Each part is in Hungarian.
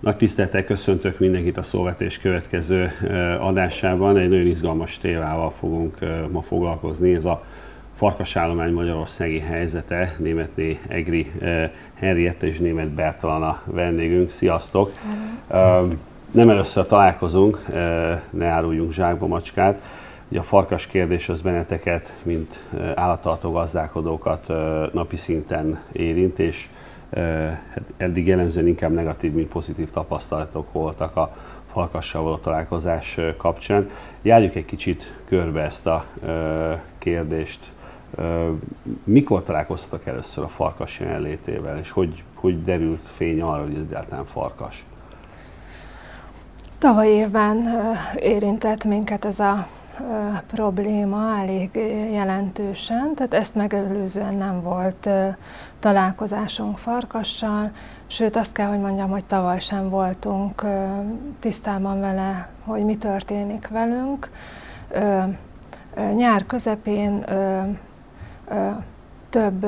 Nagy tisztelettel köszöntök mindenkit a Szóvetés következő adásában. Egy nagyon izgalmas témával fogunk ma foglalkozni. Ez a farkasállomány magyarországi helyzete. Németné Egri Henriette és Németh Bertalan a vendégünk. Sziasztok! Nem először találkozunk, ne áruljunk zsákba macskát. Ugye a farkas kérdés az benneteket, mint állattartó gazdálkodókat napi szinten érint, és eddig jellemzően inkább negatív, mint pozitív tapasztalatok voltak a farkassal való találkozás kapcsán. Járjuk egy kicsit körbe ezt a kérdést. Mikor találkoztatok először a farkas jelenlétével, és hogy derült fény arra, hogy ez egyáltalán farkas? Tavaly évben érintett minket ez a probléma elég jelentősen, tehát ezt megelőzően nem volt találkozásunk farkassal, sőt azt kell, hogy mondjam, hogy tavaly sem voltunk tisztában vele, hogy mi történik velünk. Nyár közepén több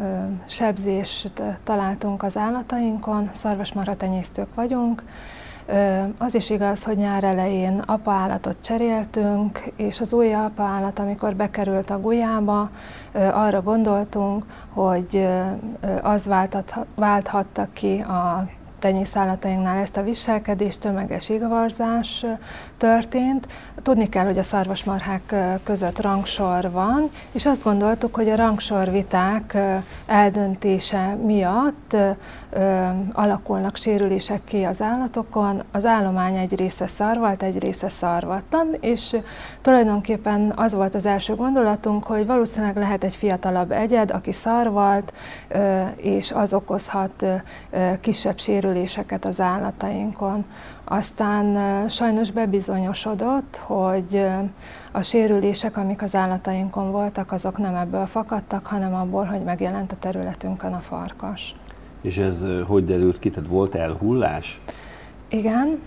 sebzést találtunk az állatainkon, szarvasmarhatenyésztők vagyunk. Az is igaz, hogy nyár elején apaállatot cseréltünk, és az új apaállat, amikor bekerült a gulyába, arra gondoltunk, hogy az válthatta ki a tenyészállatainknál ezt a viselkedést, tömeges igarzás történt. Tudni kell, hogy a szarvasmarhák között rangsor van, és azt gondoltuk, hogy a rangsorviták eldöntése miatt alakulnak sérülések ki az állatokon. Az állomány egy része szarvalt, egy része szarvatlan, és tulajdonképpen az volt az első gondolatunk, hogy valószínűleg lehet egy fiatalabb egyed, aki szarvalt, és az okozhat kisebb sérüléseket az állatainkon. Aztán sajnos bebizonyosodott, hogy a sérülések, amik az állatainkon voltak, azok nem ebből fakadtak, hanem abból, hogy megjelent a területünkön a farkas. És ez hogy derült ki? Tehát volt elhullás? Igen,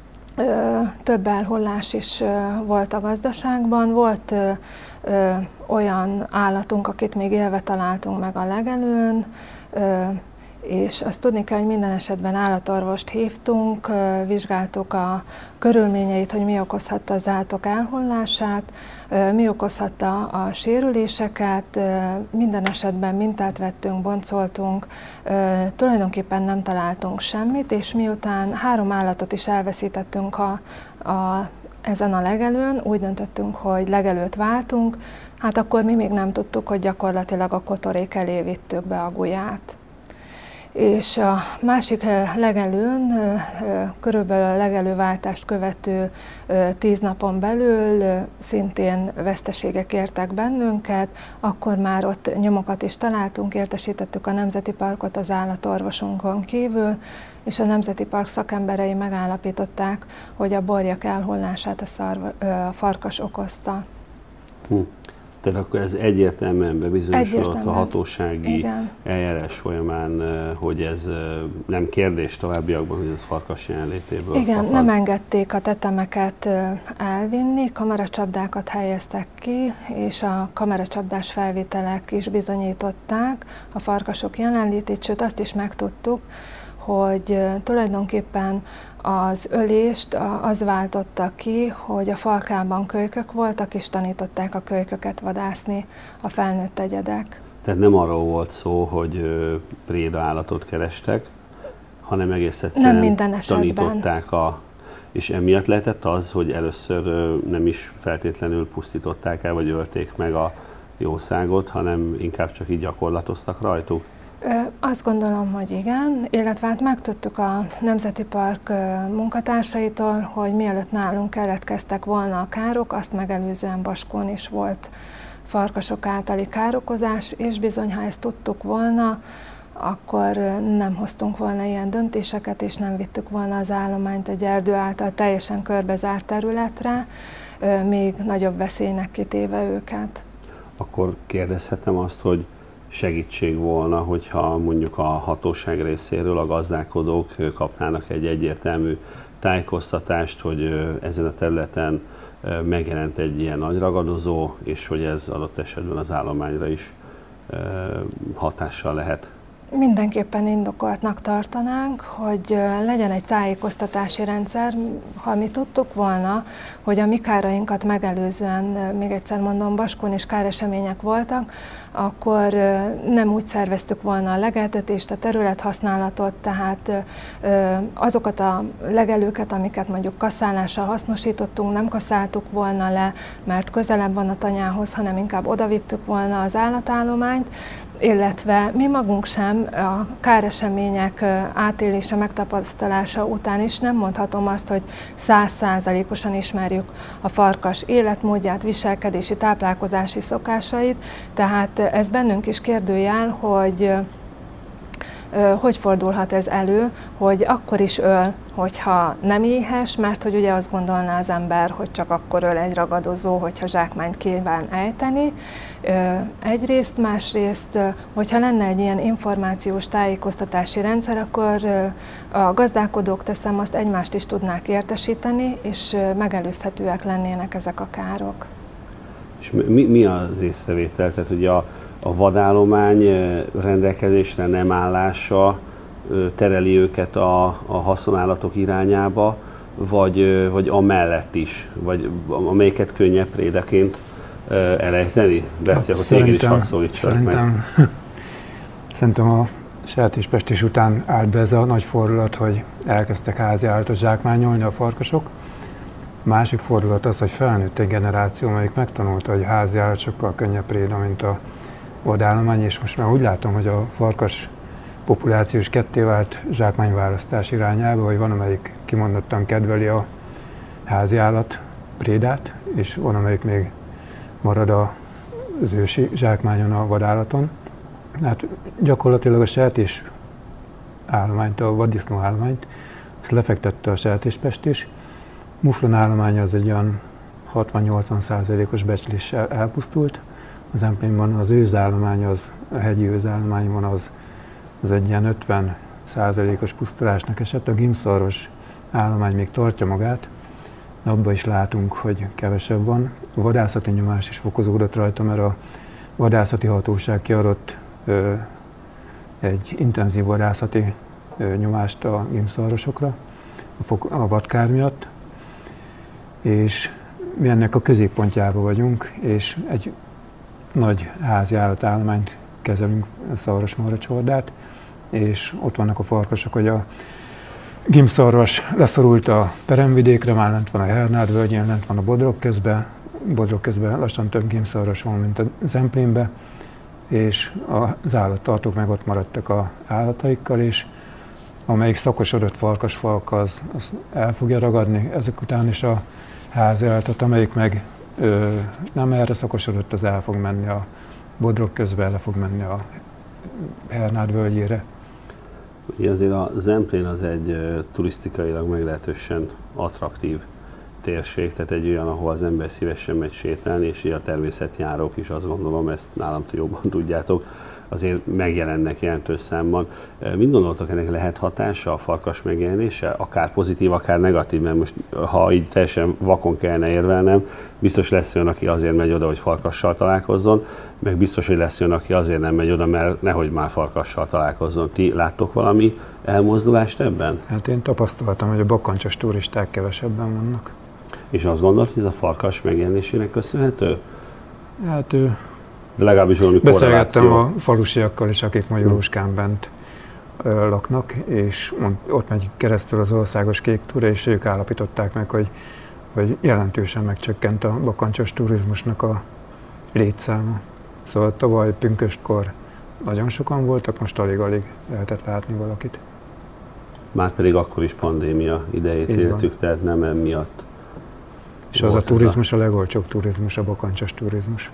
több elhullás is volt a gazdaságban. Volt olyan állatunk, akit még élve találtunk meg a legelőn, és azt tudni kell, hogy minden esetben állatorvost hívtunk, vizsgáltuk a körülményeit, hogy mi okozhatta az állatok elhullását, mi okozhatta a sérüléseket, minden esetben mintát vettünk, boncoltunk, tulajdonképpen nem találtunk semmit, és miután 3 állatot is elveszítettünk ezen a legelőn, úgy döntöttünk, hogy legelőt váltunk, hát akkor mi még nem tudtuk, hogy gyakorlatilag a kotorék elé vittük be a gulyát. És a másik legelőn, körülbelül a legelőváltást követő 10 napon belül szintén veszteségek értek bennünket, akkor már ott nyomokat is találtunk, értesítettük a Nemzeti Parkot az állatorvosunkon kívül, és a Nemzeti Park szakemberei megállapították, hogy a borjak elhullását a farkas okozta. Tehát akkor ez egyértelműen bebizonyosodott a hatósági eljárás folyamán, hogy ez nem kérdés továbbiakban, hogy ez farkas jelenlétéből fakad. Nem engedték a tetemeket elvinni, kameracsapdákat helyeztek ki, és a kameracsapdás felvételek is bizonyították a farkasok jelenlétét, sőt azt is megtudtuk, hogy tulajdonképpen az ölést az váltotta ki, hogy a falkában kölykök voltak, és tanították a kölyköket vadászni a felnőtt egyedek. Tehát nem arról volt szó, hogy préda állatot kerestek, hanem egész egyszerűen nem minden esetben tanították és emiatt lehetett az, hogy először nem is feltétlenül pusztították el, vagy ölték meg a jószágot, hanem inkább csak így gyakorlatoztak rajtuk? Azt gondolom, hogy igen, illetve hát megtudtuk a Nemzeti Park munkatársaitól, hogy mielőtt nálunk keletkeztek volna a károk, azt megelőzően Baskón is volt farkasok általi károkozás, és bizony, ha ezt tudtuk volna, akkor nem hoztunk volna ilyen döntéseket, és nem vittük volna az állományt egy erdő által teljesen körbezárt területre, még nagyobb veszélynek kitéve őket. Akkor kérdezhetem azt, hogy segítség volna, hogyha mondjuk a hatóság részéről a gazdálkodók kapnának egy egyértelmű tájékoztatást, hogy ezen a területen megjelent egy ilyen nagy ragadozó, és hogy ez adott esetben az állományra is hatással lehet. Mindenképpen indokoltnak tartanánk, hogy legyen egy tájékoztatási rendszer. Ha mi tudtuk volna, hogy a mi kárainkat megelőzően, még egyszer mondom, Baskón is káresemények voltak, akkor nem úgy szerveztük volna a legeltetést, a területhasználatot, tehát azokat a legelőket, amiket mondjuk kaszálással hasznosítottunk, nem kaszáltuk volna le, mert közelebb van a tanyához, hanem inkább odavittük volna az állatállományt, illetve mi magunk sem a káresemények átélése, megtapasztalása után is nem mondhatom azt, hogy 100%-osan ismerjük a farkas életmódját, viselkedési, táplálkozási szokásait, tehát ez bennünk is kérdőjel, hogy fordulhat ez elő, hogy akkor is öl, hogyha nem éhes, mert hogy ugye azt gondolná az ember, hogy csak akkor öl egy ragadozó, hogyha zsákmányt kíván ejteni. Egyrészt, másrészt, hogyha lenne egy ilyen információs tájékoztatási rendszer, akkor a gazdálkodók, teszem azt, egymást is tudnák értesíteni, és megelőzhetőek lennének ezek a károk. És mi az észrevétel? Tehát ugye a vadállomány rendelkezésre nem állása tereli őket a haszonállatok irányába, vagy amellett is, vagy amelyiket könnyebb prédaként elejteni? Berci, akkor téged is hadd szólítsak meg. Szerintem a sertéspestés után állt be ez a nagy fordulat, hogy elkezdtek házi állatot zsákmányolni a farkasok. A másik fordulat az, hogy felnőtt egy generáció, amelyik megtanulta, hogy házi állat sokkal könnyebb préda, mint a vadállomány, és most már úgy látom, hogy a farkas populáció is ketté vált zsákmányválasztás irányába, hogy van, amelyik kimondottan kedveli a házi állat prédát, és van, amelyik még marad az ősi zsákmányon, a vadállaton. Hát gyakorlatilag a sertés állományt, a vaddisznó állományt, ezt lefektette a sertéspestés. Muflon állomány az egy olyan 60-80%-os becsléssel elpusztult. Az Zemplénban az őzállomány, a hegyi őzállomány van, az egy ilyen 50%-os pusztulásnak esett. A gímszarvas állomány még tartja magát, de abban is látunk, hogy kevesebb van. A vadászati nyomás is fokozódott rajta, mert a vadászati hatóság kiadott egy intenzív vadászati nyomást a gímszarvasokra a vadkár miatt, és mi ennek a középpontjában vagyunk, és egy nagy házi állatállományt kezelünk, a szarvas-marhacsordát, és ott vannak a farkasok, hogy a gímszarvas leszorult a peremvidékre, már lent van a Hernád völgyén, lent van a Bodrog közben lassan több gímszarvas van, mint a Zemplénbe, és az állattartók meg ott maradtak az állataikkal, és amelyik szakosodott farkasfalk, az el fogja ragadni ezek után is a házi állatot, amelyik meg nem erre szakosodott, az el fog menni a Bodrog közben, le fog menni a Hernád völgyére. Ugye azért a Zemplén az egy turisztikailag meglehetősen attraktív térség, tehát egy olyan, ahol az ember szívesen megy sétálni, és a természetjárók is, azt gondolom, ezt nálam ti jobban tudjátok, azért megjelennek jelentős számban. Mit gondoltok, ennek lehet hatása a farkas megjelenése? Akár pozitív, akár negatív, mert most ha így teljesen vakon kellene érvelnem, biztos lesz olyan, aki azért megy oda, hogy farkassal találkozzon, meg biztos, hogy lesz olyan, aki azért nem megy oda, mert nehogy már farkassal találkozzon. Ti láttok valami elmozdulást ebben? Hát én tapasztaltam, hogy a bakancsos turisták kevesebben vannak. És azt gondolod, hogy ez a farkas megjelenésének köszönhető? Hát de legalábbis valami beszélgettem a falusiakkal is, akik Magyaróskán bent laknak, és ott megy keresztül az országos kék túra, és ők állapították meg, hogy jelentősen megcsökkent a bakancsos turizmusnak a létszáma. Szóval tavaly pünköstkor nagyon sokan voltak, most alig-alig lehetett látni valakit. Márpedig akkor is pandémia idejét éltük, tehát nem emiatt. És az a turizmus a legolcsóbb turizmus, a bakancsos turizmus.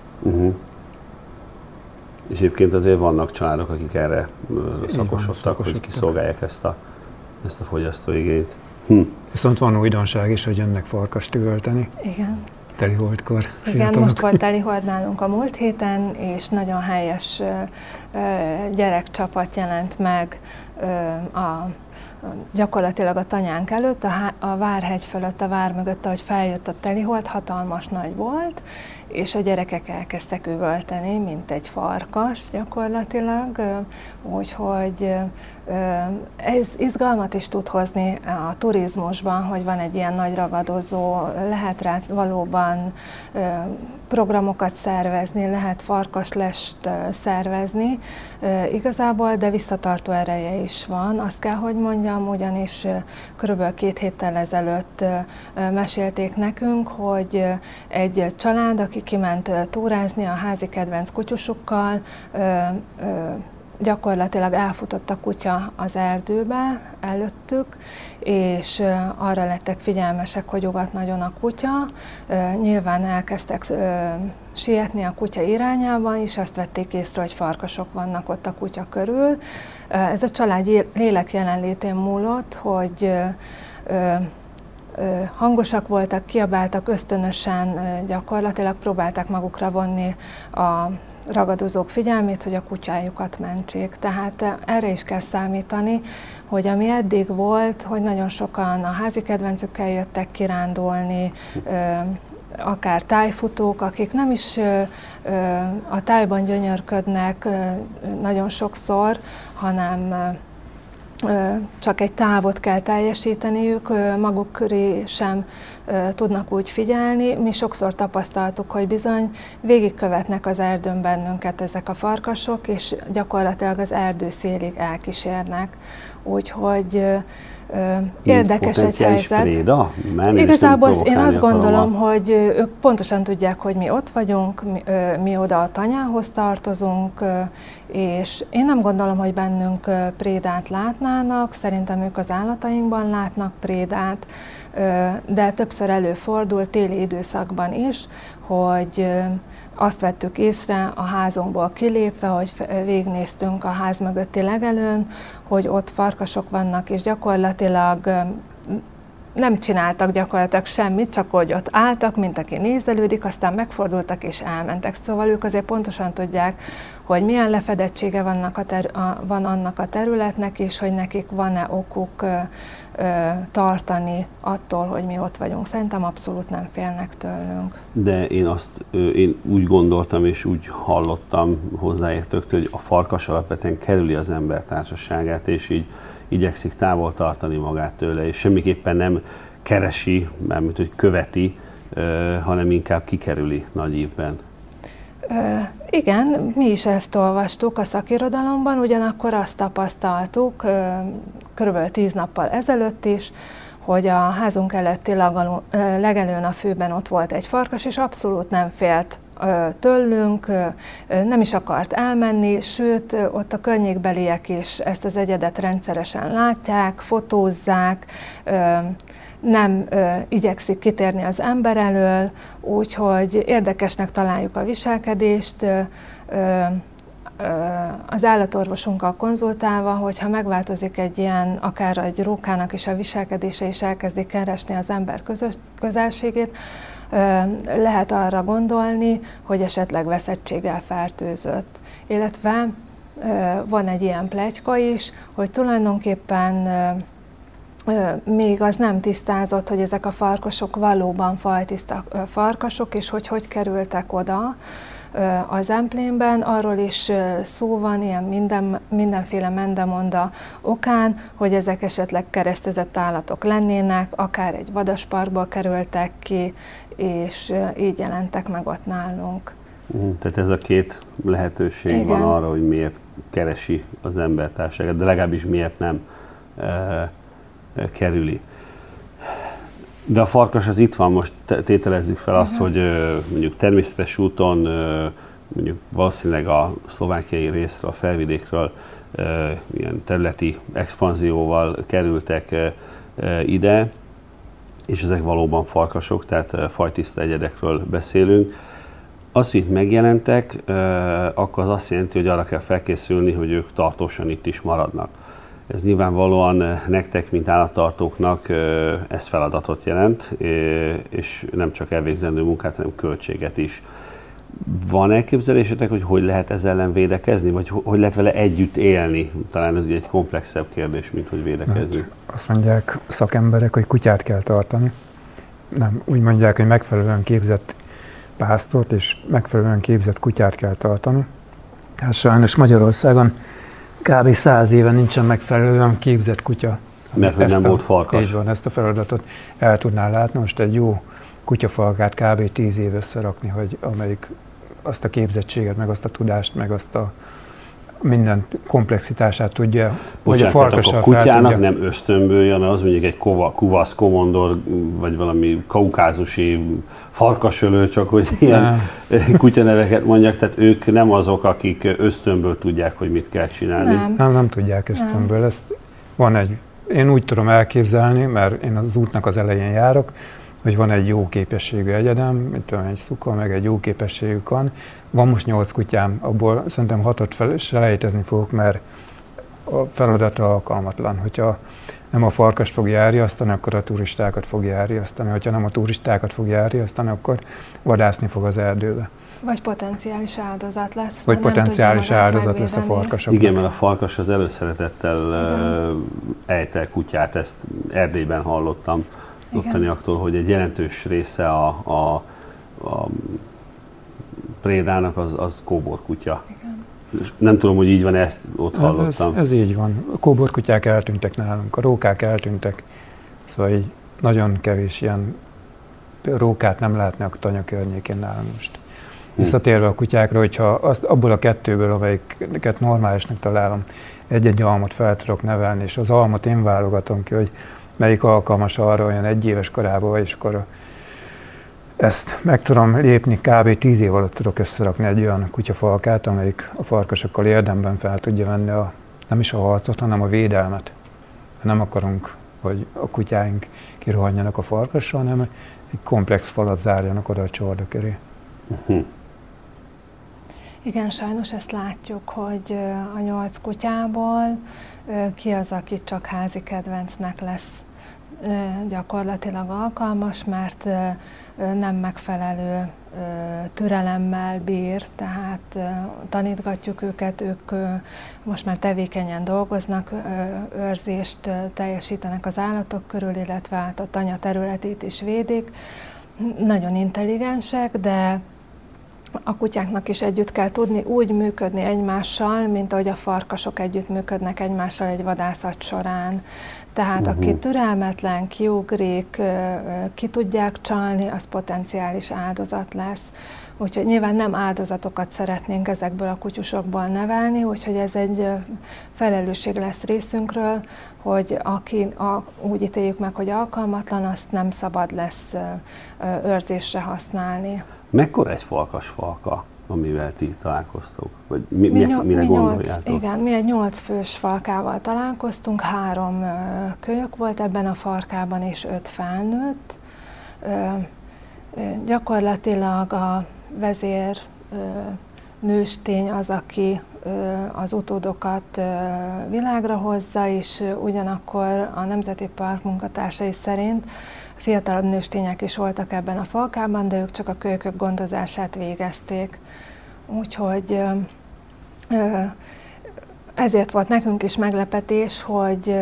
És egyébként azért vannak családok, akik erre szakosodtak, hogy kiszolgálják ezt a fogyasztóigényt. Viszont van újdonság is, hogy jönnek farkast üvölteni. Igen. Teliholdkor. Igen, most volt telihord nálunk a múlt héten, és nagyon helyes gyerekcsapat jelent meg a gyakorlatilag a tanyánk előtt, a Várhegy fölött, a vár mögött, ahogy feljött a telihold, hatalmas nagy volt, és a gyerekek elkezdtek üvölteni, mint egy farkas gyakorlatilag, úgyhogy ez izgalmat is tud hozni a turizmusban, hogy van egy ilyen nagy ragadozó, lehet rá valóban programokat szervezni, lehet farkaslest szervezni igazából, de visszatartó ereje is van. Azt kell, hogy mondjam, ugyanis körülbelül 2 héttel ezelőtt mesélték nekünk, hogy egy család, aki kiment túrázni a házi kedvenc kutyusukkal, gyakorlatilag elfutott a kutya az erdőbe előttük, és arra lettek figyelmesek, hogy ugat nagyon a kutya. Nyilván elkezdtek sietni a kutya irányába, és azt vették észre, hogy farkasok vannak ott a kutya körül. Ez a család lélek jelenlétén múlott, hogy hangosak voltak, kiabáltak ösztönösen, gyakorlatilag próbálták magukra vonni a ragadozók figyelmét, hogy a kutyájukat mentsék. Tehát erre is kell számítani, hogy ami eddig volt, hogy nagyon sokan a házi kedvencükkel jöttek kirándulni, akár tájfutók, akik nem is a tájban gyönyörködnek nagyon sokszor, hanem csak egy távot kell teljesíteniük, maguk köré sem tudnak úgy figyelni. Mi sokszor tapasztaltuk, hogy bizony végigkövetnek az erdőn bennünket ezek a farkasok, és gyakorlatilag az erdő szélig elkísérnek. Úgyhogy érdekes egy helyzet. Préda? Igazából én azt gondolom, hogy ők pontosan tudják, hogy mi ott vagyunk, mi oda a tanyához tartozunk, és én nem gondolom, hogy bennünk prédát látnának, szerintem ők az állatainkban látnak prédát, de többször előfordul téli időszakban is, hogy azt vettük észre a házunkból kilépve, hogy végignéztünk a ház mögötti legelőn, hogy ott farkasok vannak, és gyakorlatilag nem csináltak gyakorlatilag semmit, csak hogy ott álltak, mint aki nézelődik, aztán megfordultak és elmentek. Szóval ők azért pontosan tudják, hogy milyen lefedettsége van annak a területnek, és hogy nekik van-e okuk tartani attól, hogy mi ott vagyunk. Szerintem abszolút nem félnek tőlünk. De én úgy gondoltam és úgy hallottam hozzáértőktől, hogy a farkas alapvetően kerüli az ember társaságát, és így igyekszik távol tartani magát tőle, és semmiképpen nem keresi, mármint hogy követi, hanem inkább kikerüli nagy ívben. Igen, mi is ezt olvastuk a szakirodalomban, ugyanakkor azt tapasztaltuk körülbelül 10 nappal ezelőtt is, hogy a házunk előtti legelőn a főben ott volt egy farkas, és abszolút nem félt tőlünk, nem is akart elmenni, sőt, ott a környékbeliek is ezt az egyedet rendszeresen látják, fotózzák, nem igyekszik kitérni az ember elől, úgyhogy érdekesnek találjuk a viselkedést. Az állatorvosunkkal konzultálva, hogyha megváltozik egy ilyen, akár egy rókának is a viselkedése, és elkezdi keresni az ember közelségét, lehet arra gondolni, hogy esetleg veszettséggel fertőzött. Illetve van egy ilyen pletyka is, hogy tulajdonképpen még az nem tisztázott, hogy ezek a farkasok valóban fajtiszta farkasok, és hogy kerültek oda az emplénben. Arról is szó van, ilyen mindenféle mendemonda okán, hogy ezek esetleg keresztezett állatok lennének, akár egy vadasparkból kerültek ki, és így jelentek meg ott nálunk. Tehát ez a két lehetőség Igen. van arra, hogy miért keresi az embertársaságát, de legalábbis miért nem kerüli. De a farkas az itt van, most tételezzük fel azt, hogy mondjuk természetes úton, mondjuk valószínűleg a szlovákiai részről, a felvidékről ilyen területi expanzióval kerültek ide, és ezek valóban farkasok, tehát fajtiszta egyedekről beszélünk. Az, hogy itt megjelentek, akkor az azt jelenti, hogy arra kell felkészülni, hogy ők tartósan itt is maradnak. Ez nyilvánvalóan nektek, mint állattartóknak ez feladatot jelent, és nem csak elvégzendő munkát, hanem költséget is. Van elképzelésetek, hogy lehet ezzel ellen védekezni, vagy hogy lehet vele együtt élni? Talán ez ugye egy komplexebb kérdés, mint hogy védekezni. Hát, azt mondják szakemberek, hogy kutyát kell tartani. Nem, úgy mondják, hogy megfelelően képzett pásztort és megfelelően képzett kutyát kell tartani. Hát sajnos Magyarországon kb. 100 éve nincsen megfelelően képzett kutya. Mert hogy nem volt farkas. Így van, ezt a feladatot el tudná látni. Most egy jó kutyafalkát kb. 10 év összerakni, hogy amelyik azt a képzettséget, meg azt a tudást, meg azt a minden komplexitását tudja, hogy a farkassal a kutyának nem ösztönből jön, az mondjuk egy kuvasz komondor, vagy valami kaukázusi farkasölő, csak hogy ilyen kutyaneveket mondjak, tehát ők nem azok, akik ösztönből tudják, hogy mit kell csinálni. Nem tudják ösztönből. Ezt én úgy tudom elképzelni, mert én az útnak az elején járok, hogy van egy jó képességű egyedem, mint tudom, egy szuka, meg egy jó képességű kan. Van most 8 kutyám, abból szerintem 6-ot selejtezni fogok, mert a feladatra alkalmatlan. Hogyha nem a farkast fogja elriasztani, akkor a turistákat fogja elriasztani. Hogyha nem a turistákat fogja elriasztani, akkor vadászni fog az erdőbe. Vagy potenciális áldozat lesz. Vagy potenciális áldozat lesz a farkasoknak. Igen, mert a farkas az előszeretettel ejtel kutyát, ezt Erdélyben hallottam ottaniaktól, hogy egy jelentős része a prédának az kóborkutya. Nem tudom, hogy így van, ezt ott hallottam. Ez így van. A kóborkutyák eltűntek nálunk, a rókák eltűntek, szóval így nagyon kevés ilyen rókát nem látni a tanya környékén nálunk most. Visszatérve a kutyákra, hogyha abból a kettőből, amelyiket normálisnak találom, egy-egy almot fel tudok nevelni, és az almot én válogatom ki, hogy melyik alkalmas arra olyan 1 éves korában, és akkor ezt meg tudom lépni, kb. 10 év alatt tudok összerakni egy olyan kutyafalkát, amelyik a farkasokkal érdemben fel tudja venni nem is a harcot, hanem a védelmet. Nem akarunk, hogy a kutyáink kirohanjanak a farkassal, hanem egy komplex falat zárjanak oda a csorda köré. Igen, sajnos ezt látjuk, hogy a 8 kutyából ki az, aki csak házi kedvencnek lesz gyakorlatilag alkalmas, mert nem megfelelő türelemmel bír, tehát tanítgatjuk őket, ők most már tevékenyen dolgoznak, őrzést teljesítenek az állatok körül, illetve hát a tanya területét is védik. Nagyon intelligensek, de a kutyáknak is együtt kell tudni úgy működni egymással, mint ahogy a farkasok együtt működnek egymással egy vadászat során. Tehát aki türelmetlen, kiugrik, ki tudják csalni, az potenciális áldozat lesz. Úgyhogy nyilván nem áldozatokat szeretnénk ezekből a kutyusokból nevelni, úgyhogy ez egy felelősség lesz részünkről, hogy aki úgy ítéljük meg, hogy alkalmatlan, azt nem szabad lesz őrzésre használni. Mekkora egy farkasfalka, amivel ti találkoztok? Vagy mire gondoljátok? Igen, mi egy 8 fős falkával találkoztunk, 3 kölyök volt ebben a farkában, és 5 felnőtt. Gyakorlatilag a vezér nőstény az, aki az utódokat világra hozza, és ugyanakkor a Nemzeti Park munkatársai szerint fiatalabb nőstények is voltak ebben a falkában, de ők csak a kölykök gondozását végezték. Úgyhogy ezért volt nekünk is meglepetés, hogy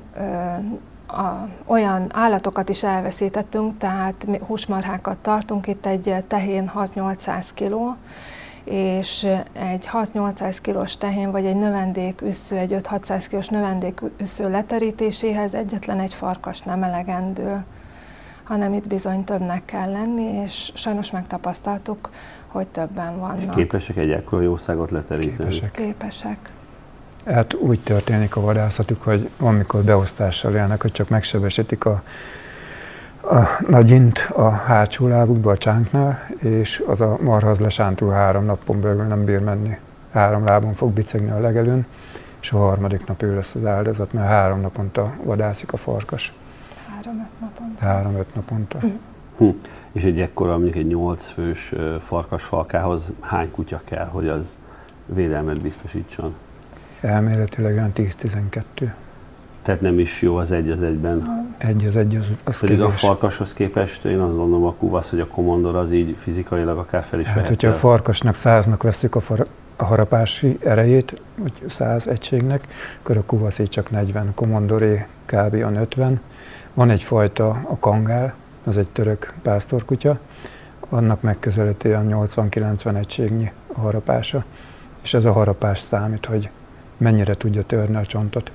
olyan állatokat is elveszítettünk, tehát húsmarhákat tartunk, itt egy tehén 6-800 kg, és egy 6-800 kilós tehén, vagy egy növendéküssző, egy 5-600 kilós növendéküssző leterítéséhez egyetlen egy farkas nem elegendő, hanem itt bizony többnek kell lenni, és sajnos megtapasztaltuk, hogy többen vannak. És képesek egy ekkora jószágot leteríteni? Képesek. Hát úgy történik a vadászatuk, hogy amikor beosztással élnek, hogy csak megsebesítik a nagyint a hátsó lábukba, a csánknál, és az a marha az lesántul 3 napon belül nem bír menni. 3 lábon fog bicegni a legelőn, és a 3. nap ő lesz az áldozat, mert 3 naponta vadászik a farkas. 3-5 naponta. És egy ekkora, mondjuk egy 8 fős farkasfalkához hány kutya kell, hogy az védelmet biztosítson? Elméletileg olyan 10-12. Tehát nem is jó az egy az egyben? az pedig kevés. a farkashoz képest én azt gondolom a kuvasz, hogy a komondor az így fizikailag akár fel is Hát, hogyha a farkasnak 100-nak veszik a harapási erejét, vagy 100 egységnek, akkor a kuvaszé csak 40, a komondoré kb. 50. Van egyfajta, a kangál, az egy török pásztorkutya, annak megközelítően 80-90 egységnyi a harapása, és ez a harapás számít, hogy mennyire tudja törni a csontot.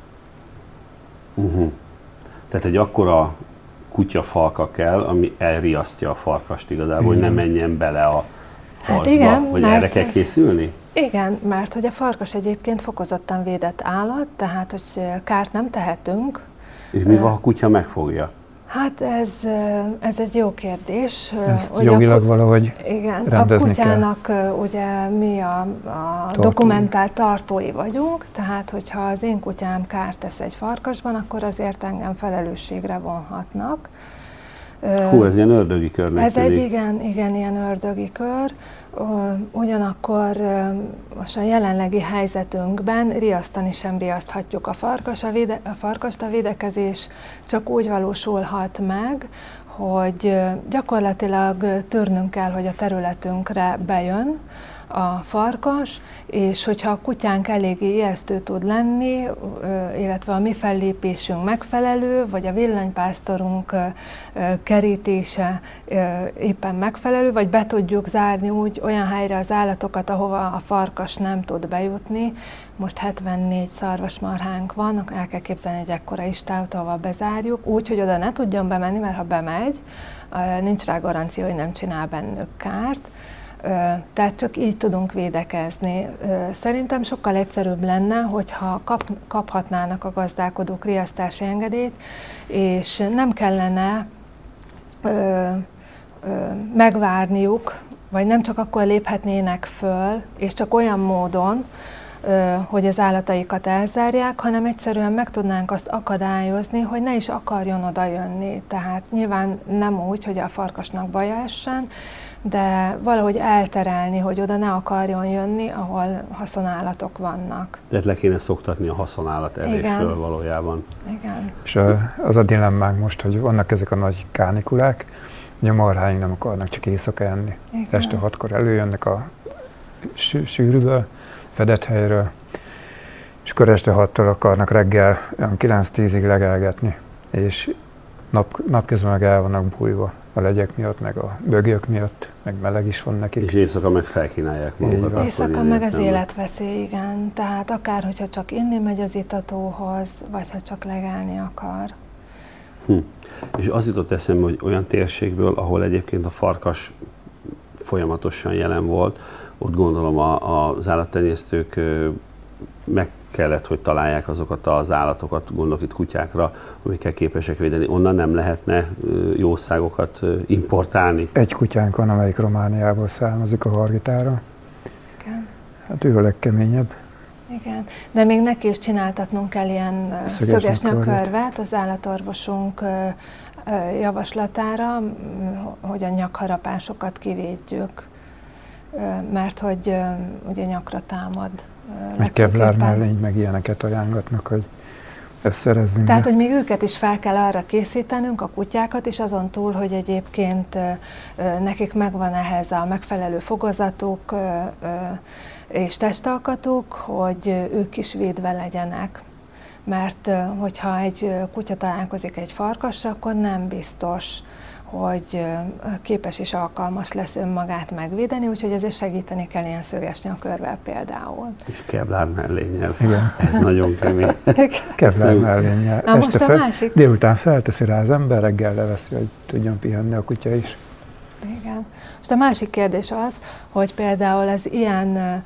Tehát egy akkora kutyafalka kell, ami elriasztja a farkast igazából, hogy ne menjen bele a harcba. Hát igen, vagy erre kell készülni? Igen, mert hogy a farkas egyébként fokozottan védett állat, tehát hogy kárt nem tehetünk. És mi van, ha a kutya megfogja? Hát ez egy jó kérdés. Ezt jogilag valahogy igen, rendezni kell. A kutyának ugye mi a dokumentált tartói vagyunk, tehát hogyha az én kutyám kárt tesz egy farkasban, akkor azért engem felelősségre vonhatnak. Hú, ez ilyen ördögi körnek Ez tűnik. igen, ilyen ördögi kör. Ugyanakkor most a jelenlegi helyzetünkben riasztani sem riaszthatjuk a farkast, a védekezés csak úgy valósulhat meg, hogy gyakorlatilag törnünk kell, hogy a területünkre bejön a farkas, és hogyha a kutyánk eléggé ijesztő tud lenni, illetve a mi fellépésünk megfelelő, vagy a villanypásztorunk kerítése éppen megfelelő, vagy be tudjuk zárni úgy olyan helyre az állatokat, ahova a farkas nem tud bejutni. Most 74 szarvasmarhánk van, el kell képzelni egy ekkora istállót, ahova bezárjuk, úgy, hogy oda ne tudjon bemenni, mert ha bemegy, nincs rá garancia, hogy nem csinál bennük kárt. Tehát csak így tudunk védekezni. Szerintem sokkal egyszerűbb lenne, hogyha kaphatnának a gazdálkodók riasztási engedélyt, és nem kellene megvárniuk, vagy nem csak akkor léphetnének föl, és csak olyan módon, hogy az állataikat elzárják, hanem egyszerűen meg tudnánk azt akadályozni, hogy ne is akarjon oda jönni. Tehát nyilván nem úgy, hogy a farkasnak baja essen, de valahogy elterelni, hogy oda ne akarjon jönni, ahol haszonállatok vannak. Tehát le kéne szoktatni a haszonállat evésről valójában. Igen. És az a dilemmánk most, hogy vannak ezek a nagy kánikulák, hogy a marháink nem akarnak csak éjszaka enni. Igen. Este 6-kor előjönnek a sűrűből, fedett helyről, és akkor este 6-tól akarnak reggel 9-10-ig legelgetni, és napközben meg el vannak bújva a legyek miatt, meg a bögök miatt, meg meleg is van nekik. És éjszaka meg felkínálják magukat. Éjszaka meg az életveszély, igen. Tehát akár, hogyha csak inni megy az itatóhoz, vagy ha csak legelni akar. És az jutott eszembe, hogy olyan térségből, ahol egyébként a farkas folyamatosan jelen volt, ott gondolom az állattenyésztők meg kellett, hogy találják azokat az állatokat, gondolok itt kutyákra, amikkel képesek védeni. Onnan nem lehetne jószágokat importálni? Egy kutyánk van, amelyik Romániából származik, a Hargitára. Igen. Hát ő a legkeményebb. Igen, de még neki is csináltatnunk kell ilyen szöges nyakörvet az állatorvosunk javaslatára, hogy a nyakharapásokat kivédjük, mert hogy ugye nyakra támad. Egy kevlár mellény, meg ilyeneket ajánlatnak, hogy ezt szerezzünk. Tehát, hogy még őket is fel kell arra készítenünk, a kutyákat is, azon túl, hogy egyébként nekik megvan ehhez a megfelelő fogazatuk és testalkatuk, hogy ők is védve legyenek. Mert hogyha egy kutya találkozik egy farkassal, akkor nem biztos, hogy képes és alkalmas lesz önmagát megvédeni, úgyhogy ezért segíteni kell ilyen szöges nyakörvel például. És kevlár mellénnyel. Igen. Ez nagyon kemény. Kevlár mellénnyel. Na most a másik... Délután felteszi rá az ember, reggel leveszi, hogy tudjon pihenni a kutya is. Igen. Most a másik kérdés az, hogy például az ilyen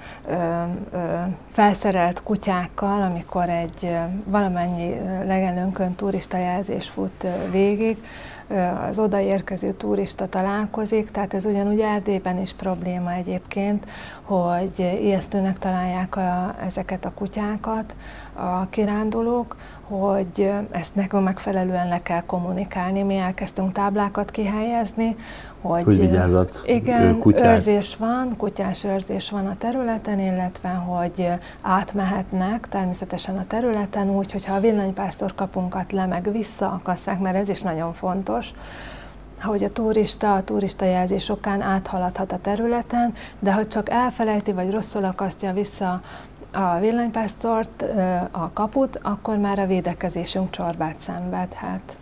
felszerelt kutyákkal, amikor egy valamennyi legelőnkön turistajelzés fut végig, az odaérkező turista találkozik, tehát ez ugyanúgy Erdélyben is probléma egyébként, hogy ijesztőnek találják ezeket a kutyákat a kirándulók, hogy ezt nekünk megfelelően le kell kommunikálni. Mi elkezdtünk táblákat kihelyezni, hogy vigyázat, igen, kutyák. kutyás őrzés van a területen, illetve hogy átmehetnek természetesen a területen úgy, hogyha a villanypásztor kapunkat le meg visszaakasszák, mert ez is nagyon fontos, hogy a turista jelzés okán áthaladhat a területen, de ha csak elfelejti vagy rosszul akasztja vissza a villanypásztort, a kaput, akkor már a védekezésünk csorbát szenvedhet.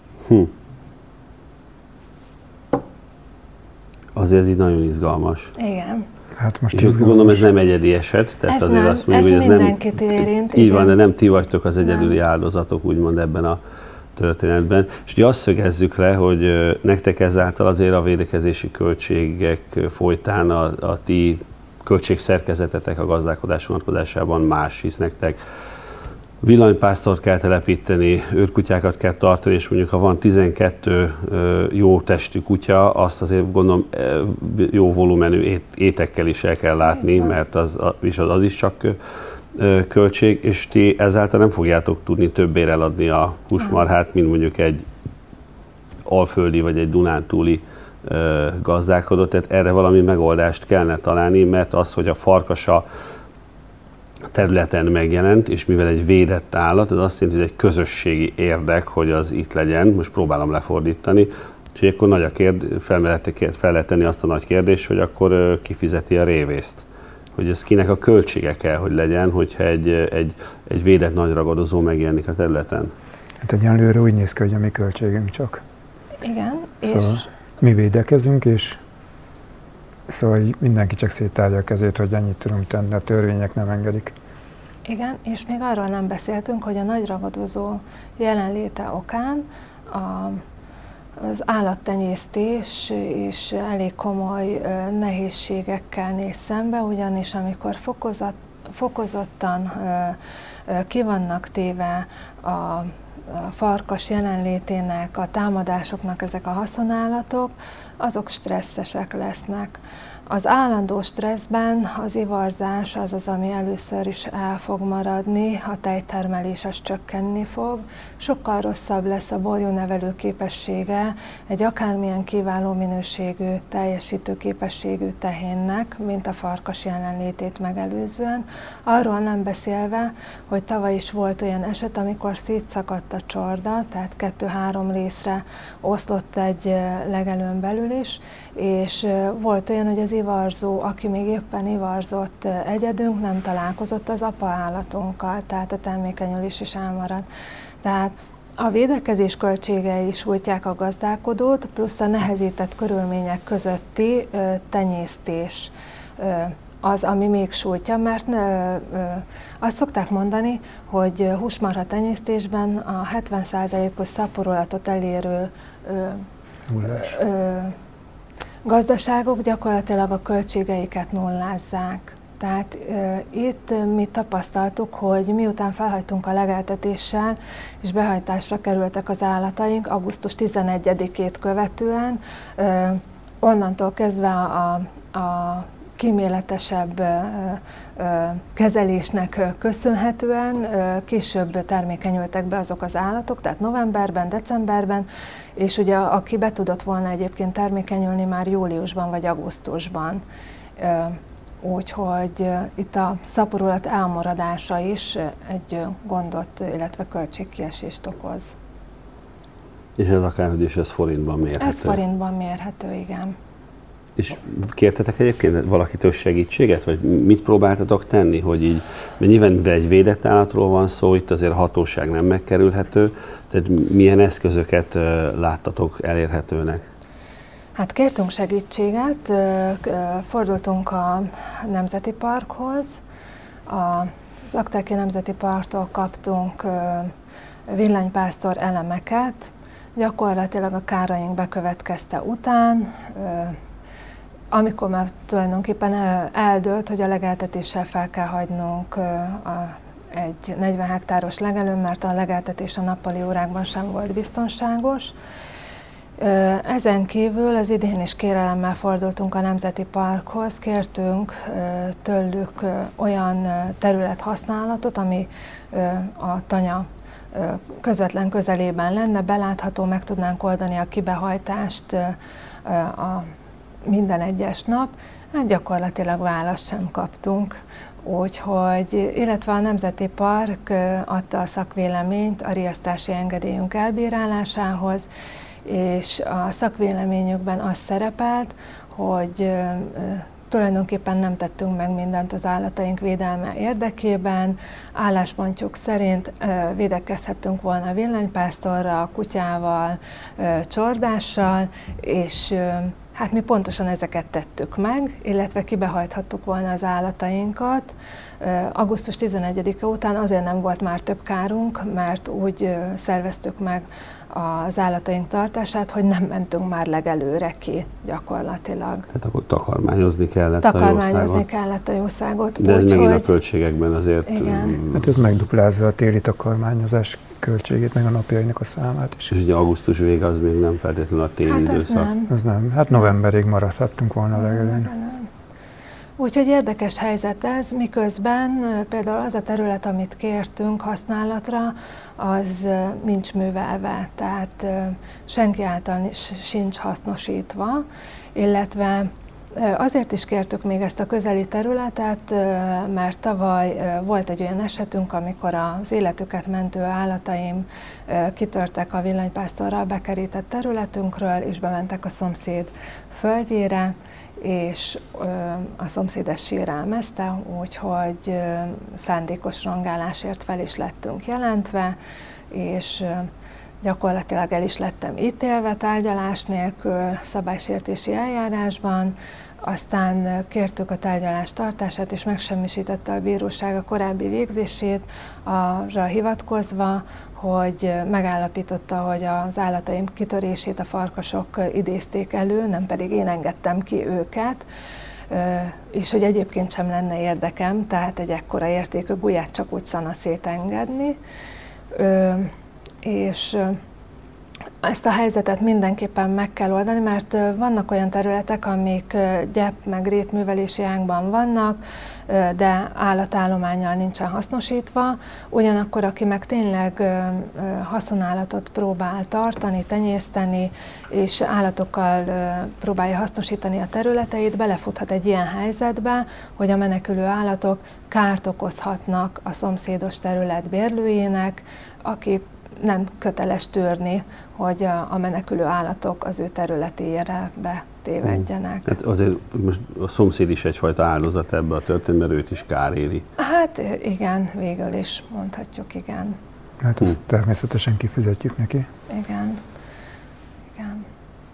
Azért ez így nagyon izgalmas. Igen. Hát most és gondolom, ez nem egyedi eset, tehát ez azért nem, azt mondjuk, hogy ez mindenkit érint. Így van, de nem ti vagytok az egyedüli áldozatok, úgymond ebben a történetben. És ugye azt szögezzük le, hogy nektek ezáltal azért a védekezési költségek folytán a ti költségszerkezetetek a gazdálkodás vonatkozásában más, hisz nektek villanypásztort kell telepíteni, őrkutyákat kell tartani, és mondjuk ha van 12 jó testű kutya, azt azért gondolom jó volumenű étekkel is el kell látni, mert az is csak költség, és ti ezáltal nem fogjátok tudni többért eladni a húsmarhát, mint mondjuk egy alföldi vagy egy dunántúli gazdálkodó, tehát erre valami megoldást kellene találni, mert az, hogy a farkas a területen megjelent, és mivel egy védett állat, az azt jelenti, hogy egy közösségi érdek, hogy az itt legyen, most próbálom lefordítani, és akkor nagy fel lehet tenni azt a nagy kérdést, hogy akkor kifizeti a révészt. Hogy ez kinek a költsége kell, hogy legyen, hogyha egy védett nagy ragadozó megjelenik a területen. Hát egyenlőre úgy néz ki, hogy a mi költségünk csak. Igen, szóval és mi védekezünk, és szóval mindenki csak széttárja a kezét, hogy ennyit tudunk tenni, a törvények nem engedik. Igen, és még arról nem beszéltünk, hogy a nagy ragadozó jelenléte okán az állattenyésztés is elég komoly nehézségekkel néz szembe, ugyanis amikor fokozottan ki vannak téve a farkas jelenlétének, a támadásoknak ezek a haszonállatok, azok stresszesek lesznek. Az állandó stresszben az ivarzás az, ami először is el fog maradni, a tejtermelés az csökkenni fog, sokkal rosszabb lesz a borjúnevelő képessége egy akármilyen kiváló minőségű, teljesítő képességű tehénnek, mint a farkas jelenlétét megelőzően. Arról nem beszélve, hogy tavaly is volt olyan eset, amikor szétszakadt a csorda, tehát 2-3 részre oszlott egy legelőn belül is, és volt olyan, hogy az ivarzó, aki még éppen ivarzott egyedünk, nem találkozott az apa állatunkkal, tehát a termékenyülés is elmaradt. Tehát a védekezés költségei sújtják a gazdálkodót, plusz a nehezített körülmények közötti tenyésztés az, ami még sújtja, mert azt szokták mondani, hogy húsmarha tenyésztésben a 70%-os szaporulatot elérő gazdaságok gyakorlatilag a költségeiket nullázzák. Tehát itt mi tapasztaltuk, hogy miután felhagytunk a legeltetéssel, és behajtásra kerültek az állataink augusztus 11-ét követően, onnantól kezdve a kíméletesebb kezelésnek köszönhetően később termékenyültek be azok az állatok, tehát novemberben, decemberben, és ugye aki be tudott volna egyébként termékenyülni már júliusban vagy augusztusban. Úgyhogy itt a szaporulat elmaradása is egy gondot, illetve költségkiesést okoz. És ez akárhogy is ez forintban mérhető? Ez forintban mérhető, igen. És kértetek egyébként valakitől segítséget, vagy mit próbáltatok tenni, hogy így, mert nyilván egy védett állatról van szó, itt azért a hatóság nem megkerülhető, tehát milyen eszközöket láttatok elérhetőnek? Hát kértünk segítséget, fordultunk a Nemzeti Parkhoz, az Aktáki Nemzeti Parktól kaptunk villanypásztor elemeket, gyakorlatilag a káraink bekövetkezte után, amikor már tulajdonképpen eldőlt, hogy a legeltetéssel fel kell hagynunk egy 40 hektáros legelőn, mert a legeltetés a nappali órákban sem volt biztonságos. Ezen kívül az idén is kérelemmel fordultunk a Nemzeti Parkhoz, kértünk tőlük olyan területhasználatot, ami a tanya közvetlen közelében lenne, belátható, meg tudnánk oldani a kibehajtást minden egyes nap. Hát gyakorlatilag választ sem kaptunk. Úgyhogy, illetve a Nemzeti Park adta a szakvéleményt a riasztási engedélyünk elbírálásához, és a szakvéleményükben az szerepelt, hogy tulajdonképpen nem tettünk meg mindent az állataink védelme érdekében. Álláspontjuk szerint védekezhettünk volna a villanypásztorral, kutyával, csordással, és hát mi pontosan ezeket tettük meg, illetve kibehajthattuk volna az állatainkat. Augusztus 11-e után azért nem volt már több kárunk, mert úgy szerveztük meg az állataink tartását, hogy nem mentünk már legelőre ki gyakorlatilag. Tehát akkor takarmányozni kellett a jószágot. De ez megint a költségekben azért... Igen. Hát ez megduplázza a téli takarmányozás költségét, meg a napjainak a számát is. És ugye augusztus vége az még nem feltétlenül a téli időszak. Ez nem. Hát novemberig maradhattunk volna legelőn. Úgyhogy érdekes helyzet ez, miközben például az a terület, amit kértünk használatra, az nincs művelve, tehát senki által sincs hasznosítva, illetve azért is kértük még ezt a közeli területet, mert tavaly volt egy olyan esetünk, amikor az életüket mentő állataim kitörtek a villanypásztorral bekerített területünkről, és bementek a szomszéd földjére, és a szomszédes sérelmezte, úgyhogy szándékos rongálásért fel is lettünk jelentve, és gyakorlatilag el is lettem ítélve tárgyalás nélkül, szabálysértési eljárásban, aztán kértük a tárgyalás tartását, és megsemmisítette a bíróság a korábbi végzését, arra hivatkozva, hogy megállapította, hogy az állataim kitörését a farkasok idézték elő, nem pedig én engedtem ki őket, és hogy egyébként sem lenne érdekem, tehát egy ekkora értékű gulyát csak úgy szana szétengedni. És ezt a helyzetet mindenképpen meg kell oldani, mert vannak olyan területek, amik gyep meg rétművelési ágban vannak, de állatállománnyal nincsen hasznosítva, ugyanakkor aki meg tényleg haszonállatot próbál tartani, tenyészteni, és állatokkal próbálja hasznosítani a területeit, belefuthat egy ilyen helyzetbe, hogy a menekülő állatok kárt okozhatnak a szomszédos terület bérlőjének, aki nem köteles tűrni, hogy a menekülő állatok az ő területére betévedjenek. Hát azért most a szomszéd is egyfajta áldozat ebbe a történetben, őt is kár éri. Hát igen, végül is mondhatjuk, igen. Hát ezt természetesen kifizetjük neki. Igen. Igen.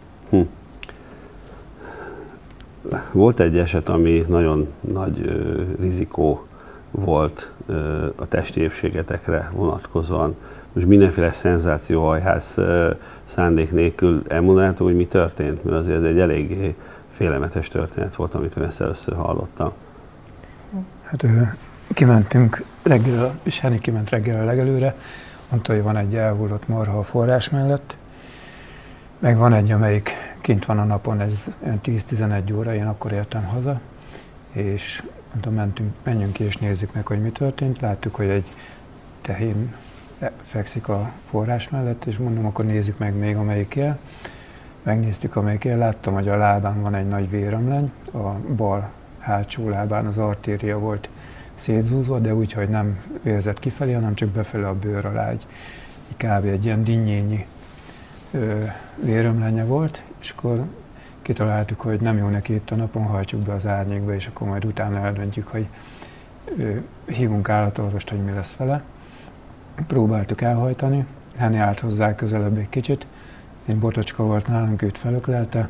Volt egy eset, ami nagyon nagy rizikó volt a testi épségetekre vonatkozóan. Most mindenféle szenzációhajhász szándék nélkül elmondanátó, hogy mi történt, mert azért ez egy eléggé félelmetes történet volt, amikor ezt először hallottam. Hát kimentünk reggel, és Henny kiment reggel a legelőre, mondta, hogy van egy elhullott marha a forrás mellett, meg van egy, amelyik kint van a napon, ez 10-11 óra, én akkor értem haza, és mondtam, menjünk ki és nézzük meg, hogy mi történt. Láttuk, hogy egy tehén fekszik a forrás mellett, és mondom, akkor nézzük meg még, amelyik él. Megnéztük, amelyik él, láttam, hogy a lábán van egy nagy vérömleny, a bal hátsó lábán az artéria volt szétzúzva, de úgy, hogy nem érzett kifelé, hanem csak befele a bőr alá, kb. Egy ilyen dinnyényi vérömlenye volt, és akkor kitaláltuk, hogy nem jó neki itt a napon, hajtsuk be az árnyékba, és akkor majd utána eldöntjük, hogy hívunk állatorvost, hogy mi lesz vele. Próbáltuk elhajtani, Henny állt hozzá közelebb egy kicsit, egy botocska volt nálunk, őt felöklelte.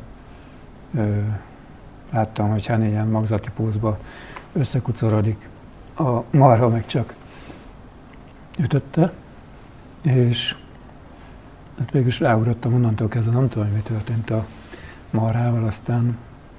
Láttam, hogy Henny ilyen magzati pózba összekucorodik, a marha meg csak ütötte, és hát végül is ráugrottam, onnantól kezdve nem tudom, hogy mi történt a marhával, aztán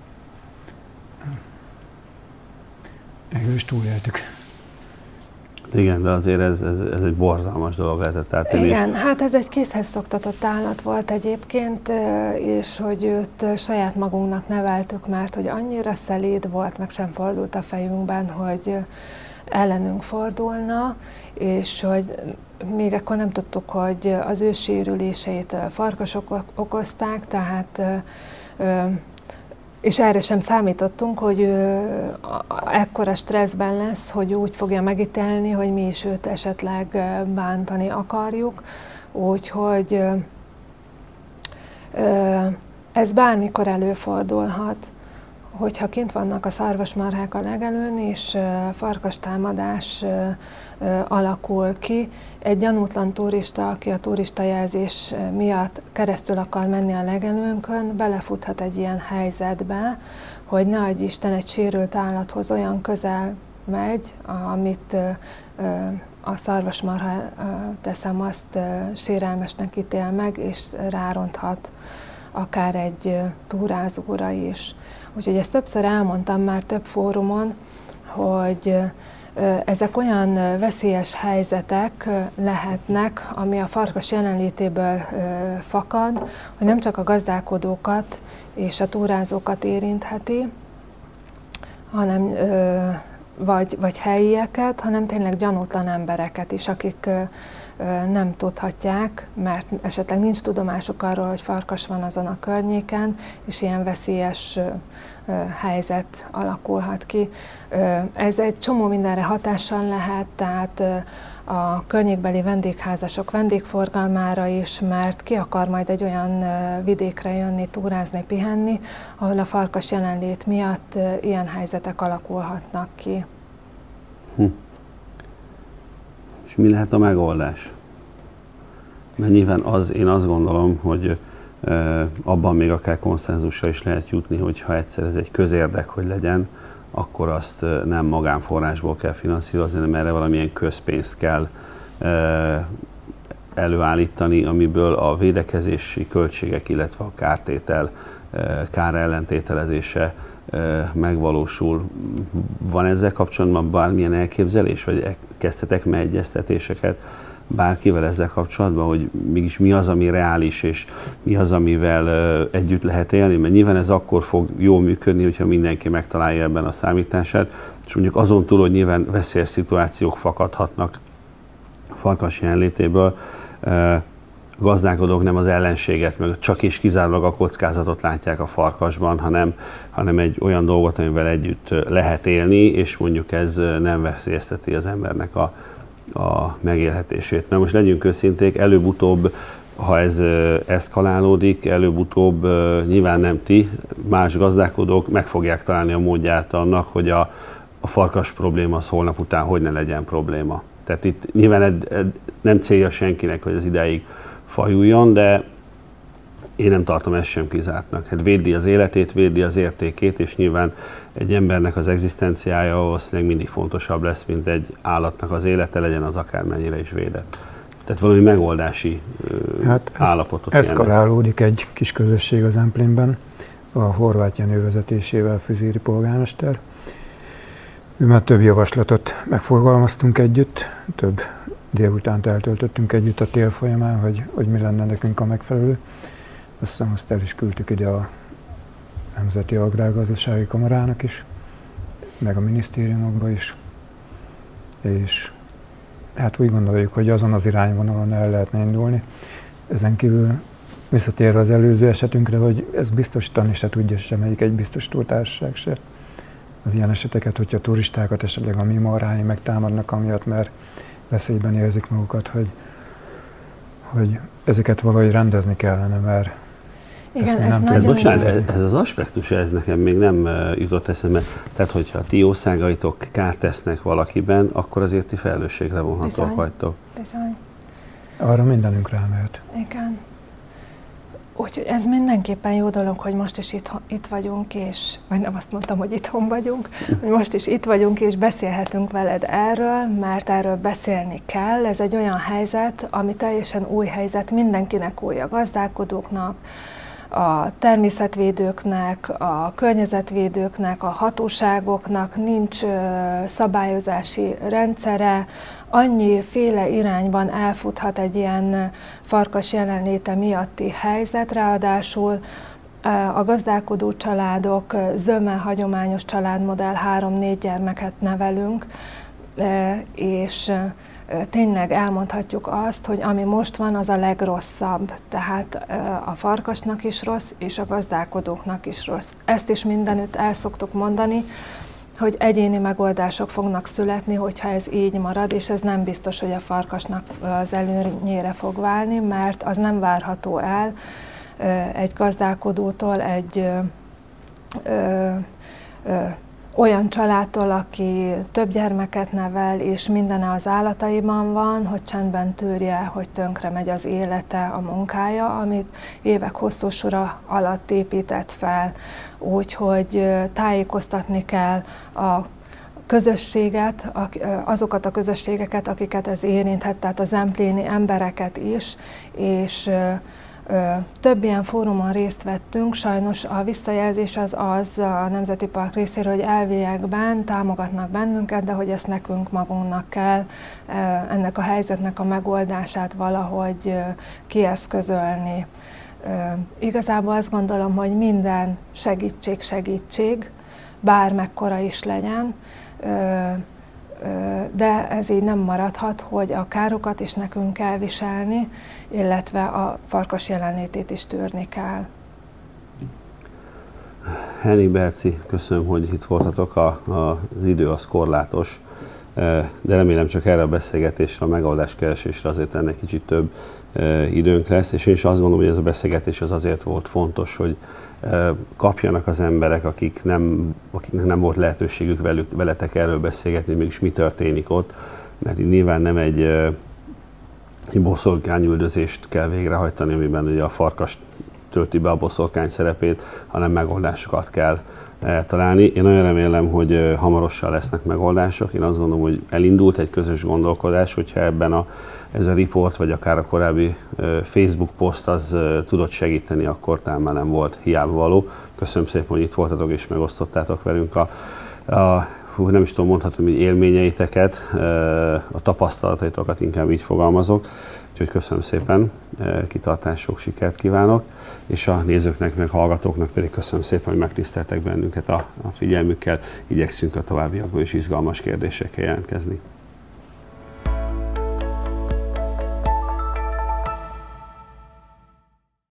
végül is túléltük. Igen, de azért ez egy borzalmas dolog lehetett. Igen, hát ez egy kézhez szoktatott állat volt egyébként, és hogy őt saját magunknak neveltük, mert hogy annyira szelíd volt, meg sem fordult a fejünkben, hogy ellenünk fordulna, és hogy még akkor nem tudtuk, hogy az ő sérüléseit farkasok okozták, tehát És erre sem számítottunk, hogy ekkora stresszben lesz, hogy úgy fogja megítélni, hogy mi is őt esetleg bántani akarjuk. Úgyhogy ez bármikor előfordulhat, hogyha kint vannak a szarvasmarhák a legelőn, és farkastámadás alakul ki. Egy gyanútlan turista, aki a turistajelzés miatt keresztül akar menni a legelőnkön, belefuthat egy ilyen helyzetbe, hogy ne adj Isten, egy sérült állathoz olyan közel megy, amit a szarvasmarha, teszem azt, sérelmesnek ítél meg, és ráronthat akár egy túrázóra is. Úgyhogy ezt többször elmondtam már több fórumon, hogy ezek olyan veszélyes helyzetek lehetnek, ami a farkas jelenlétéből fakad, hogy nem csak a gazdálkodókat és a túrázókat érintheti, hanem vagy helyieket, hanem tényleg gyanútlan embereket is, akik nem tudhatják, mert esetleg nincs tudomásuk arról, hogy farkas van azon a környéken, és ilyen veszélyes helyzet alakulhat ki. Ez egy csomó mindenre hatással lehet, tehát a környékbeli vendégházasok vendégforgalmára is, mert ki akar majd egy olyan vidékre jönni, túrázni, pihenni, ahol a farkas jelenlét miatt ilyen helyzetek alakulhatnak ki. És mi lehet a megoldás? Mert nyilván én azt gondolom, hogy abban még akár konszenzusra is lehet jutni, hogy ha egyszer ez egy közérdek, hogy legyen, akkor azt nem magánforrásból kell finanszírozni, hanem erre valamilyen közpénzt kell előállítani, amiből a védekezési költségek, illetve a kártétel, kár ellentételezése megvalósul. Van ezzel kapcsolatban bármilyen elképzelés, vagy kezdtetek egyeztetéseket bárkivel ezzel kapcsolatban, hogy mégis mi az, ami reális, és mi az, amivel együtt lehet élni? Mert nyilván ez akkor fog jól működni, hogyha mindenki megtalálja ebben a számítását, és mondjuk azon túl, hogy nyilván veszélyes szituációk fakadhatnak a farkas jelenlétéből, gazdálkodók nem az ellenséget, meg csak és kizárólag a kockázatot látják a farkasban, hanem egy olyan dolgot, amivel együtt lehet élni, és mondjuk ez nem veszélyezteti az embernek a megélhetését. Mert most legyünk őszinték, előbb-utóbb, ha ez eszkalálódik, előbb-utóbb nyilván nem ti, más gazdálkodók meg fogják találni a módját annak, hogy a farkas probléma az holnap után hogy ne legyen probléma. Tehát itt nyilván nem célja senkinek, hogy az idáig fajuljon, de én nem tartom ezt sem kizártnak. Hát védi az életét, védi az értékét, és nyilván egy embernek az egzisztenciája valószínűleg mindig fontosabb lesz, mint egy állatnak az élete, legyen az akármennyire is védett. Tehát valami megoldási állapotot eszkalálódik egy kis közösség az Emplinben, a Horváth Jenő vezetésével, Füzéri polgármester. Ő már több javaslatot megfogalmaztunk együtt, több délutánt eltöltöttünk együtt a tél folyamán, hogy mi lenne nekünk a megfelelő. Azt hiszem, azt el is küldtük ide a Nemzeti Agrárgazdasági Kamarának is, meg a minisztériumokba is. És hát úgy gondoljuk, hogy azon az irányvonalon el lehetne indulni. Ezen kívül visszatérve az előző esetünkre, hogy ez biztosítani se tudja semmelyik egy biztosítótársaság se. Az ilyen eseteket, hogyha a turistákat esetleg a mi marhái megtámadnak amiatt, mert veszélyben érzik magukat, hogy ezeket valahogy rendezni kellene, mert igen, ez bocsánat, ez az aspektus, ez nekem még nem jutott eszembe. Tehát, hogyha a ti jószágaitok kárt tesznek valakiben, akkor azért ti felelősségre vonhatók vagytok. Bizony. Arra mindenünk rámehet. Igen. Úgyhogy ez mindenképpen jó dolog, hogy most is itt vagyunk, és vagy nem azt mondtam, hogy itthon vagyunk, hogy most is itt vagyunk, és beszélhetünk veled erről, mert erről beszélni kell. Ez egy olyan helyzet, ami teljesen új helyzet, mindenkinek új, a gazdálkodóknak, a természetvédőknek, a környezetvédőknek, a hatóságoknak nincs szabályozási rendszere, annyiféle irányban elfuthat egy ilyen farkas jelenléte miatti helyzet, ráadásul a gazdálkodó családok zöme hagyományos családmodell 3-4 gyermeket nevelünk, és tényleg elmondhatjuk azt, hogy ami most van, az a legrosszabb. Tehát a farkasnak is rossz, és a gazdálkodóknak is rossz. Ezt is mindenütt el szoktuk mondani, hogy egyéni megoldások fognak születni, hogyha ez így marad, és ez nem biztos, hogy a farkasnak az előnyére fog válni, mert az nem várható el egy gazdálkodótól, egy olyan családtól, aki több gyermeket nevel, és mindene az állataiban van, hogy csendben tűrje, hogy tönkre megy az élete, a munkája, amit évek hosszú sora alatt épített fel. Úgyhogy tájékoztatni kell a közösséget, azokat a közösségeket, akiket ez érinthet, tehát a zempléni embereket is, és több ilyen fórumon részt vettünk, sajnos a visszajelzés az a Nemzeti Park részéről, hogy elviekben támogatnak bennünket, de hogy ezt nekünk magunknak kell ennek a helyzetnek a megoldását valahogy kieszközölni. Igazából azt gondolom, hogy minden segítség, bármekkora is legyen, de ez így nem maradhat, hogy a károkat is nekünk kell viselni, illetve a farkas jelenlétét is tűrni kell. Hennig, Berci, köszönöm, hogy itt voltatok. Az idő az korlátos, de remélem csak erre a beszélgetésre, a megoldáskeresésre azért ennek kicsit több időnk lesz, és én is azt gondolom, hogy ez a beszélgetés az azért volt fontos, hogy kapjanak az emberek, akiknek nem volt lehetőségük veletek erről beszélgetni, mégis mi történik ott, mert így nyilván nem egy boszorkányüldözést kell végrehajtani, amiben ugye a farkas tölti be a boszorkány szerepét, hanem megoldásokat kell találni. Én nagyon remélem, hogy hamarosan lesznek megoldások. Én azt gondolom, hogy elindult egy közös gondolkodás, hogyha ez a riport, vagy akár a korábbi Facebook poszt az tudott segíteni, akkor talán már nem volt hiába való. Köszönöm szépen, hogy itt voltatok és megosztottátok velünk nem is tudom, mondhatom, hogy élményeiteket, a tapasztalataitokat, inkább így fogalmazok. Úgyhogy köszönöm szépen, kitartás, sok sikert kívánok, és a nézőknek, meg hallgatóknak pedig köszönöm szépen, hogy megtiszteltek bennünket a figyelmükkel. Igyekszünk a továbbiakban is izgalmas kérdésekkel jelentkezni.